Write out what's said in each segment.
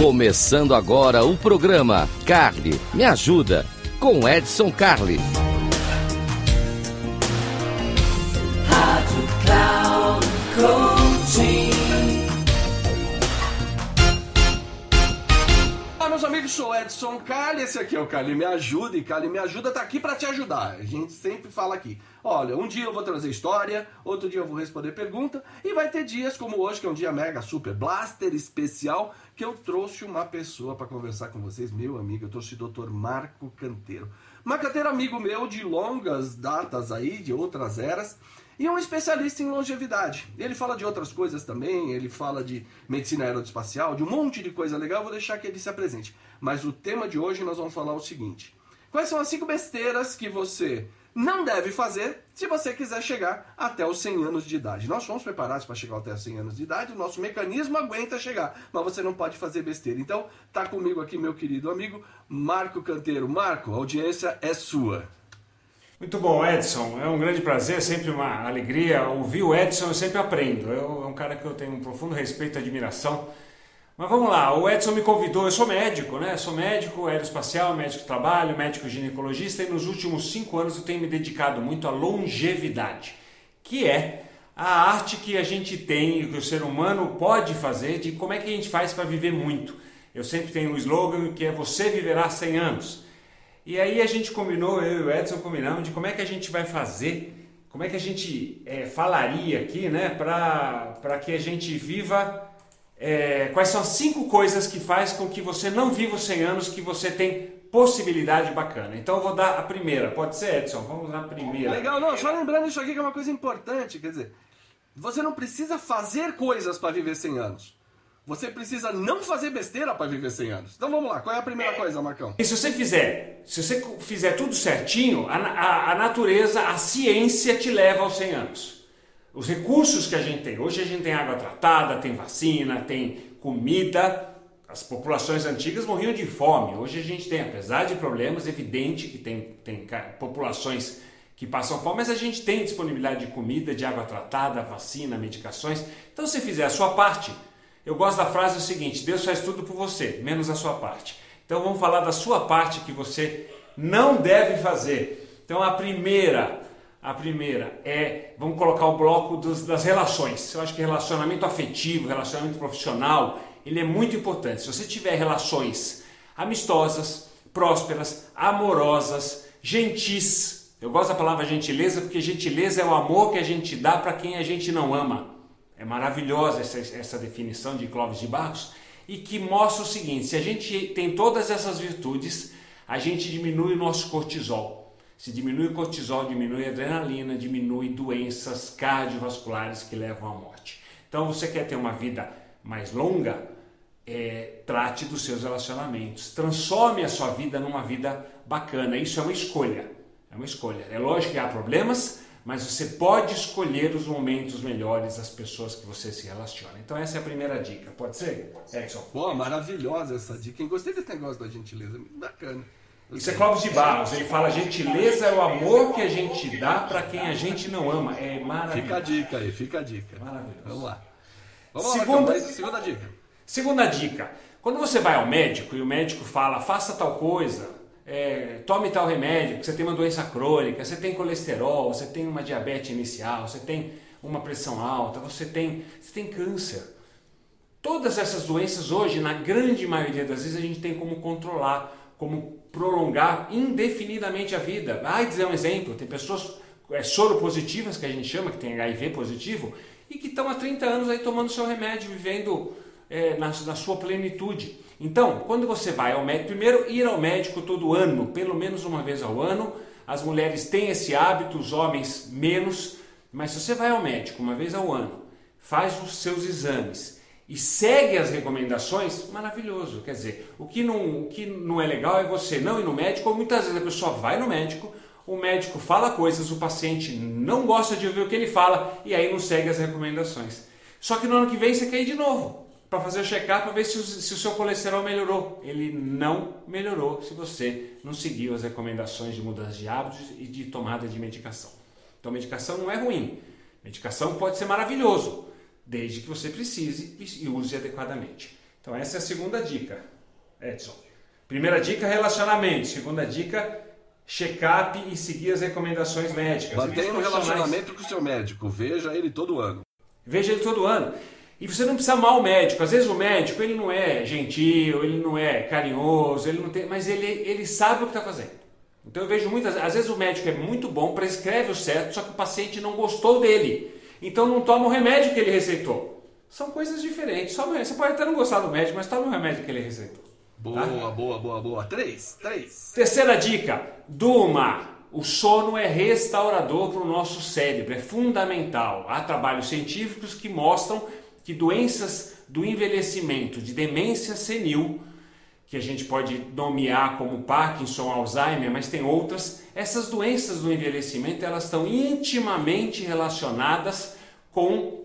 Começando agora o programa Carli Me Ajuda, com Edson Carli. Rádio Cloud Coaching. Olá, meus amigos, sou Edson Carli, esse aqui é o Carli Me Ajuda, e Carli Me Ajuda tá aqui para te ajudar. A gente sempre fala aqui, olha, um dia eu vou trazer história, outro dia eu vou responder pergunta, e vai ter dias como hoje, que é um dia mega super blaster especial, que eu trouxe uma pessoa para conversar com vocês, meu amigo, eu trouxe o Dr. Marco Canteiro. Marco Canteiro, amigo meu de longas datas aí, de outras eras, e é um especialista em longevidade. Ele fala de outras coisas também, ele fala de medicina aeroespacial, de um monte de coisa legal, vou deixar que ele se apresente. Mas o tema de hoje nós vamos falar o seguinte: quais são as 5 besteiras que você não deve fazer se você quiser chegar até os 100 anos de idade? Nós fomos preparados para chegar até os 100 anos de idade, o nosso mecanismo aguenta chegar, mas você não pode fazer besteira. Então, tá comigo aqui meu querido amigo Marco Canteiro. Marco, a audiência é sua. Muito bom, Edson. É um grande prazer, sempre uma alegria. Ouvir o Edson eu sempre aprendo. É um cara que eu tenho um profundo respeito e admiração. Mas vamos lá, o Edson me convidou, eu sou médico, né? Sou médico aeroespacial, médico de trabalho, médico ginecologista, e nos últimos 5 anos eu tenho me dedicado muito à longevidade, que é a arte que a gente tem, que o ser humano pode fazer, de como é que a gente faz para viver muito. Eu sempre tenho um slogan que é "Você viverá 100 anos". E aí a gente combinou, eu e o Edson combinamos de como é que a gente vai fazer, como é que a gente falaria aqui, né, para que a gente viva, quais são as 5 coisas que faz com que você não viva os 100 anos, que você tem possibilidade bacana. Então eu vou dar a primeira, pode ser, Edson? Vamos na primeira. Legal, não, só lembrando isso aqui que é uma coisa importante, quer dizer, você não precisa fazer coisas para viver 100 anos. Você precisa não fazer besteira para viver 100 anos. Então vamos lá, qual é a primeira coisa, Marcão? E se você fizer tudo certinho, a natureza, a ciência te leva aos 100 anos. Os recursos que a gente tem. Hoje a gente tem água tratada, tem vacina, tem comida. As populações antigas morriam de fome. Hoje a gente tem, apesar de problemas, evidente que tem populações que passam fome, mas a gente tem disponibilidade de comida, de água tratada, vacina, medicações. Então se fizer a sua parte... Eu gosto da frase o seguinte: Deus faz tudo por você, menos a sua parte. Então vamos falar da sua parte que você não deve fazer. Então a primeira é, vamos colocar o bloco das relações. Eu acho que relacionamento afetivo, relacionamento profissional, ele é muito importante. Se você tiver relações amistosas, prósperas, amorosas, gentis. Eu gosto da palavra gentileza porque gentileza é o amor que a gente dá para quem a gente não ama. É maravilhosa essa definição de Clóvis de Barros, e que mostra o seguinte: se a gente tem todas essas virtudes, a gente diminui o nosso cortisol. Se diminui o cortisol, diminui a adrenalina, diminui doenças cardiovasculares que levam à morte. Então você quer ter uma vida mais longa? Trate dos seus relacionamentos. Transforme a sua vida numa vida bacana. Isso é uma escolha. É uma escolha. É lógico que há problemas, mas você pode escolher os momentos melhores, as pessoas que você se relaciona. Então essa é a primeira dica. Pode ser, Edson? Pô, maravilhosa essa dica. Gostei desse negócio da gentileza. Muito bacana. Isso é Clóvis de Barros. Ele fala: gentileza é o amor que a gente dá para quem a gente não ama. É maravilhoso. Fica a dica aí, fica a dica. Maravilhoso. Vamos lá. Segunda dica. Segunda dica. Quando você vai ao médico e o médico fala: faça tal coisa, tome tal remédio, porque você tem uma doença crônica, você tem colesterol, você tem uma diabetes inicial, você tem uma pressão alta, você tem câncer. Todas essas doenças hoje, na grande maioria das vezes, a gente tem como controlar, como prolongar indefinidamente a vida. AIDS é um exemplo. Tem pessoas soropositivas, que a gente chama, que tem HIV positivo, e que estão há 30 anos aí tomando seu remédio, vivendo na sua plenitude. Então, quando você vai ao médico, primeiro ir ao médico todo ano, pelo menos uma vez ao ano. As mulheres têm esse hábito, os homens menos, mas se você vai ao médico uma vez ao ano, faz os seus exames e segue as recomendações, maravilhoso. Quer dizer, o que não é legal é você não ir no médico, ou muitas vezes a pessoa vai no médico, o médico fala coisas, o paciente não gosta de ouvir o que ele fala e aí não segue as recomendações. Só que no ano que vem você quer ir de novo para fazer o check-up para ver se o seu colesterol melhorou. Ele não melhorou se você não seguiu as recomendações de mudança de hábitos e de tomada de medicação. Então medicação não é ruim. Medicação pode ser maravilhoso, desde que você precise e use adequadamente. Então essa é a segunda dica, Edson. Primeira dica, relacionamento. Segunda dica, check-up e seguir as recomendações médicas. Mantenha um relacionamento com o seu médico, veja ele todo ano. Veja ele todo ano. E você não precisa amar o médico. Às vezes o médico ele não é gentil, ele não é carinhoso, ele não tem, mas ele sabe o que está fazendo. Então eu vejo às vezes o médico é muito bom, prescreve o certo, só que o paciente não gostou dele. Então não toma o remédio que ele receitou. São coisas diferentes. Você pode até não gostar do médico, mas toma o remédio que ele receitou. Boa, tá? Boa. 3. Terceira dica, durma. O sono é restaurador para o nosso cérebro, é fundamental. Há trabalhos científicos que mostram que doenças do envelhecimento, de demência senil, que a gente pode nomear como Parkinson, Alzheimer, mas tem outras, essas doenças do envelhecimento elas estão intimamente relacionadas com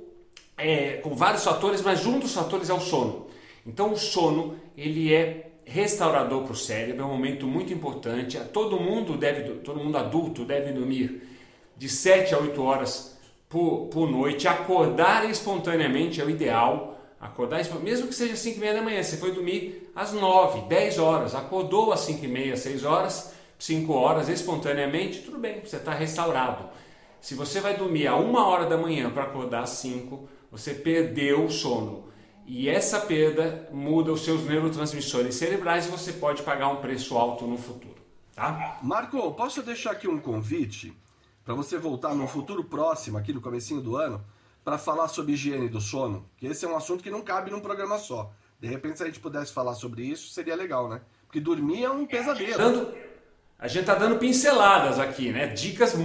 vários fatores, mas um dos fatores é o sono. Então o sono ele é restaurador para o cérebro, é um momento muito importante. Todo mundo adulto deve dormir de 7 a 8 horas por noite. Acordar espontaneamente é o ideal. Mesmo que seja 5h30 da manhã, você foi dormir às 9, 10 horas, acordou às 5h30, 6 horas, 5 horas espontaneamente, tudo bem, você está restaurado. Se você vai dormir a 1 hora da manhã para acordar às 5, você perdeu o sono. E essa perda muda os seus neurotransmissores cerebrais e você pode pagar um preço alto no futuro. Tá? Marco, posso deixar aqui um convite para você voltar no futuro próximo, aqui no comecinho do ano, para falar sobre higiene do sono? Que esse é um assunto que não cabe num programa só. De repente, se a gente pudesse falar sobre isso, seria legal, né? Porque dormir é um pesadelo. A gente está dando pinceladas aqui, né? Dicas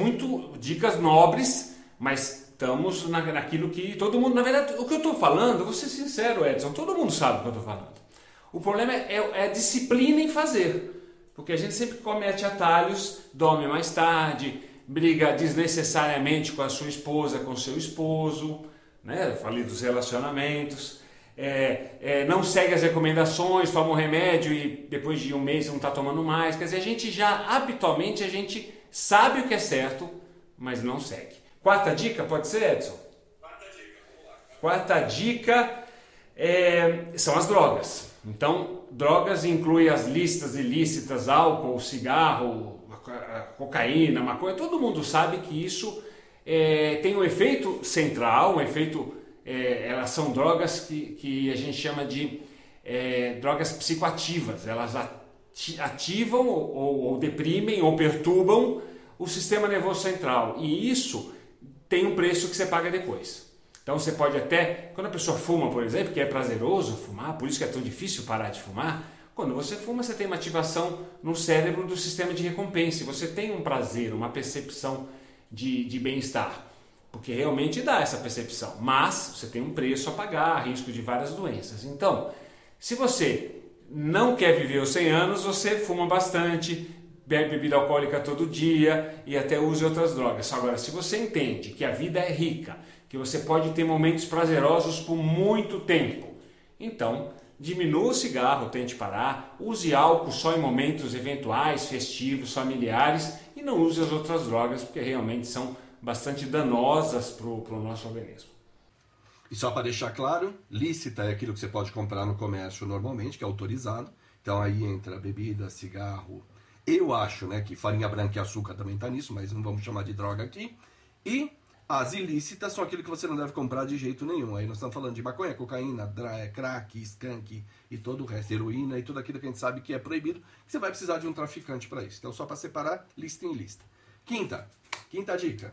nobres, mas estamos naquilo que todo mundo... Na verdade, o que eu estou falando, vou ser sincero, Edson, todo mundo sabe o que eu estou falando. O problema é a disciplina em fazer. Porque a gente sempre comete atalhos, dorme mais tarde, briga desnecessariamente com a sua esposa, com o seu esposo, né? Eu falei dos relacionamentos, não segue as recomendações, toma um remédio e depois de um mês não está tomando mais. Quer dizer, a gente já, habitualmente, a gente sabe o que é certo, mas não segue. Quarta dica, pode ser, Edson? Quarta dica são as drogas. Então, drogas incluem as listas ilícitas, álcool, cigarro, cocaína, maconha. Todo mundo sabe que isso tem um efeito central, elas são drogas que a gente chama de drogas psicoativas. Elas ativam ou deprimem ou perturbam o sistema nervoso central. E isso tem um preço que você paga depois. Então você pode até, quando a pessoa fuma, por exemplo, que é prazeroso fumar, por isso que é tão difícil parar de fumar, quando você fuma, você tem uma ativação no cérebro do sistema de recompensa. Você tem um prazer, uma percepção de bem-estar, porque realmente dá essa percepção. Mas você tem um preço a pagar, risco de várias doenças. Então, se você não quer viver os 100 anos, você fuma bastante, bebe bebida alcoólica todo dia e até use outras drogas. Agora, se você entende que a vida é rica, que você pode ter momentos prazerosos por muito tempo, então diminua o cigarro, tente parar, use álcool só em momentos eventuais, festivos, familiares e não use as outras drogas, porque realmente são bastante danosas para o nosso organismo. E só para deixar claro, lícita é aquilo que você pode comprar no comércio normalmente, que é autorizado. Então aí entra bebida, cigarro. Eu acho, né, que farinha branca e açúcar também está nisso, mas não vamos chamar de droga aqui. E as ilícitas são aquilo que você não deve comprar de jeito nenhum. Aí nós estamos falando de maconha, cocaína, crack, skunk e todo o resto, heroína e tudo aquilo que a gente sabe que é proibido, que você vai precisar de um traficante para isso. Então só para separar, lista em lista. Quinta dica.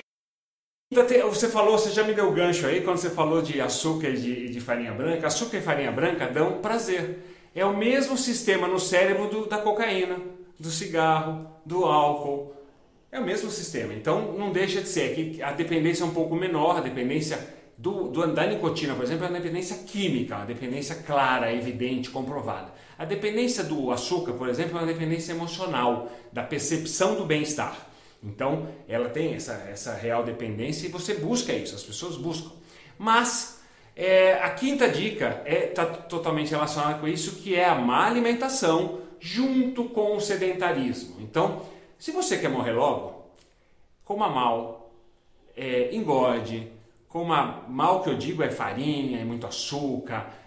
Você já me deu o gancho aí quando você falou de açúcar e de farinha branca. Açúcar e farinha branca dão prazer. É o mesmo sistema no cérebro da cocaína, do cigarro, do álcool. É o mesmo sistema. Então não deixa de ser que a dependência é um pouco menor, a dependência da nicotina, por exemplo, é uma dependência química, uma dependência clara, evidente, comprovada. A dependência do açúcar, por exemplo, é uma dependência emocional, da percepção do bem-estar. Então, ela tem essa real dependência e você busca isso, as pessoas buscam. Mas, a quinta dica está totalmente relacionada com isso, que é a má alimentação junto com o sedentarismo. Então, se você quer morrer logo, coma mal, engorde, coma mal, que eu digo é farinha, é muito açúcar,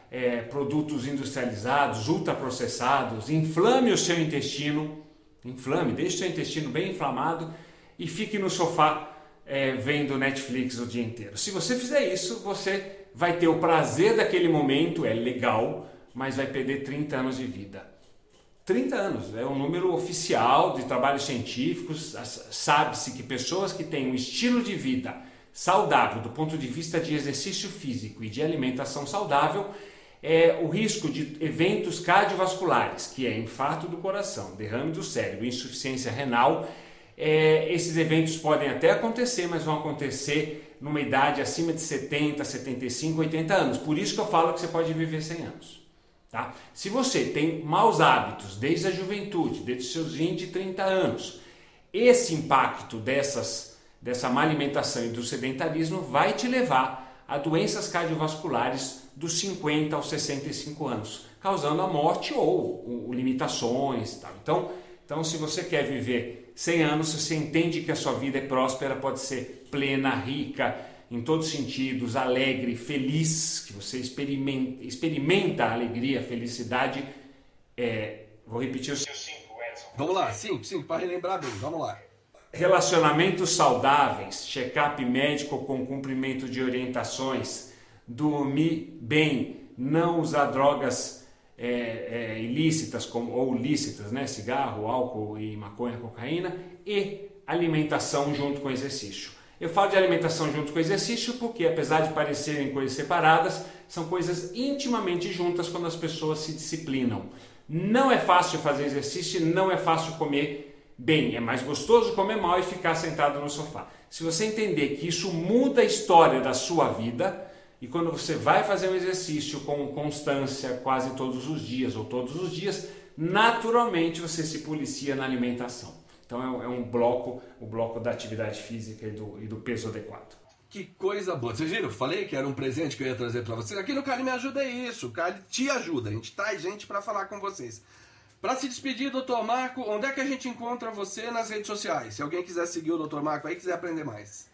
produtos industrializados, ultraprocessados, inflame o seu intestino, deixe o seu intestino bem inflamado e fique no sofá vendo Netflix o dia inteiro. Se você fizer isso, você vai ter o prazer daquele momento, é legal, mas vai perder 30 anos de vida. 30 anos é um número oficial de trabalhos científicos. Sabe-se que pessoas que têm um estilo de vida saudável do ponto de vista de exercício físico e de alimentação saudável, o risco de eventos cardiovasculares, que é infarto do coração, derrame do cérebro, insuficiência renal, esses eventos podem até acontecer, mas vão acontecer numa idade acima de 70, 75, 80 anos. Por isso que eu falo que você pode viver 100 anos. Tá? Se você tem maus hábitos desde a juventude, desde os seus 20, 30 anos, esse impacto dessa má alimentação e do sedentarismo vai te levar a doenças cardiovasculares dos 50 aos 65 anos, causando a morte ou limitações e tal. Então, se você quer viver 100 anos, se você entende que a sua vida é próspera, pode ser plena, rica, em todos os sentidos, alegre, feliz, que você experimenta a alegria, a felicidade. Vou repetir os seus 5, Edson. Vamos lá, 5, para relembrar bem, vamos lá. Relacionamentos saudáveis, check-up médico com cumprimento de orientações, dormir bem, não usar drogas ilícitas ou lícitas, né? Cigarro, álcool e maconha, cocaína, e alimentação junto com exercício. Eu falo de alimentação junto com exercício porque, apesar de parecerem coisas separadas, são coisas intimamente juntas quando as pessoas se disciplinam. Não é fácil fazer exercício e não é fácil comer bem. É mais gostoso comer mal e ficar sentado no sofá. Se você entender que isso muda a história da sua vida, e quando você vai fazer um exercício com constância quase todos os dias ou todos os dias, naturalmente você se policia na alimentação. Então é o bloco da atividade física e do peso adequado. Que coisa boa. Vocês viram? Eu falei que era um presente que eu ia trazer para vocês. Aqui no Cali Me Ajuda é isso. O Cali te ajuda. A gente traz gente para falar com vocês. Para se despedir, Dr. Marco, onde é que a gente encontra você nas redes sociais? Se alguém quiser seguir o Dr. Marco aí, quiser aprender mais.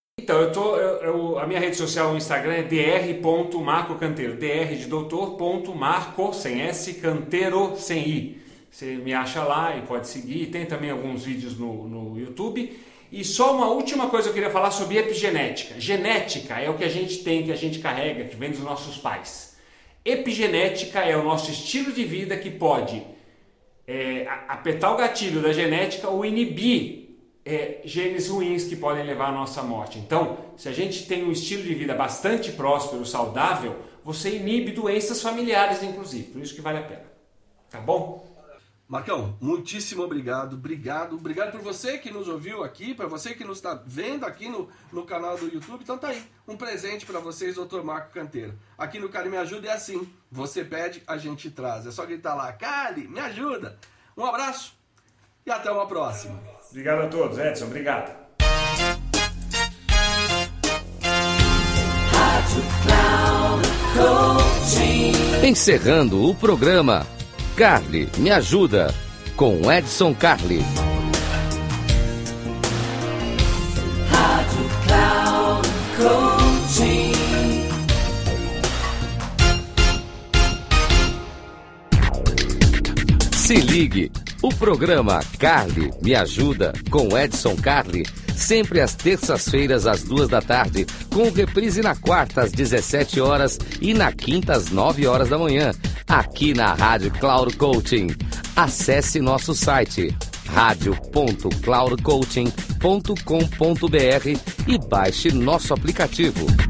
Então, a minha rede social no Instagram é dr.marcocanteiro. dr de doutor.marco, sem S, canteiro, sem I. Você me acha lá e pode seguir. Tem também alguns vídeos no YouTube. E só uma última coisa que eu queria falar sobre epigenética. Genética é o que a gente tem, que a gente carrega, que vem dos nossos pais. Epigenética é o nosso estilo de vida que pode apertar o gatilho da genética ou inibir genes ruins que podem levar à nossa morte. Então, se a gente tem um estilo de vida bastante próspero, saudável, você inibe doenças familiares, inclusive. Por isso que vale a pena. Tá bom? Marcão, muitíssimo obrigado. Obrigado por você que nos ouviu aqui, para você que nos está vendo aqui no canal do YouTube. Então tá aí, um presente para vocês, Dr. Marco Canteiro. Aqui no Cali Me Ajuda é assim, você pede, a gente traz. É só gritar lá, Cali, me ajuda. Um abraço e até uma próxima. Obrigado a todos, Edson, obrigado. Encerrando o programa Carli Me Ajuda, com Edson Carli. Rádio Cloud Coaching. Se ligue, o programa Carli Me Ajuda, com Edson Carli, sempre às terças-feiras às 14h, com reprise na quarta às 17 horas e na quinta às 9 horas da manhã, aqui na Rádio Cloud Coaching. Acesse nosso site radio.cloudcoaching.com.br e baixe nosso aplicativo.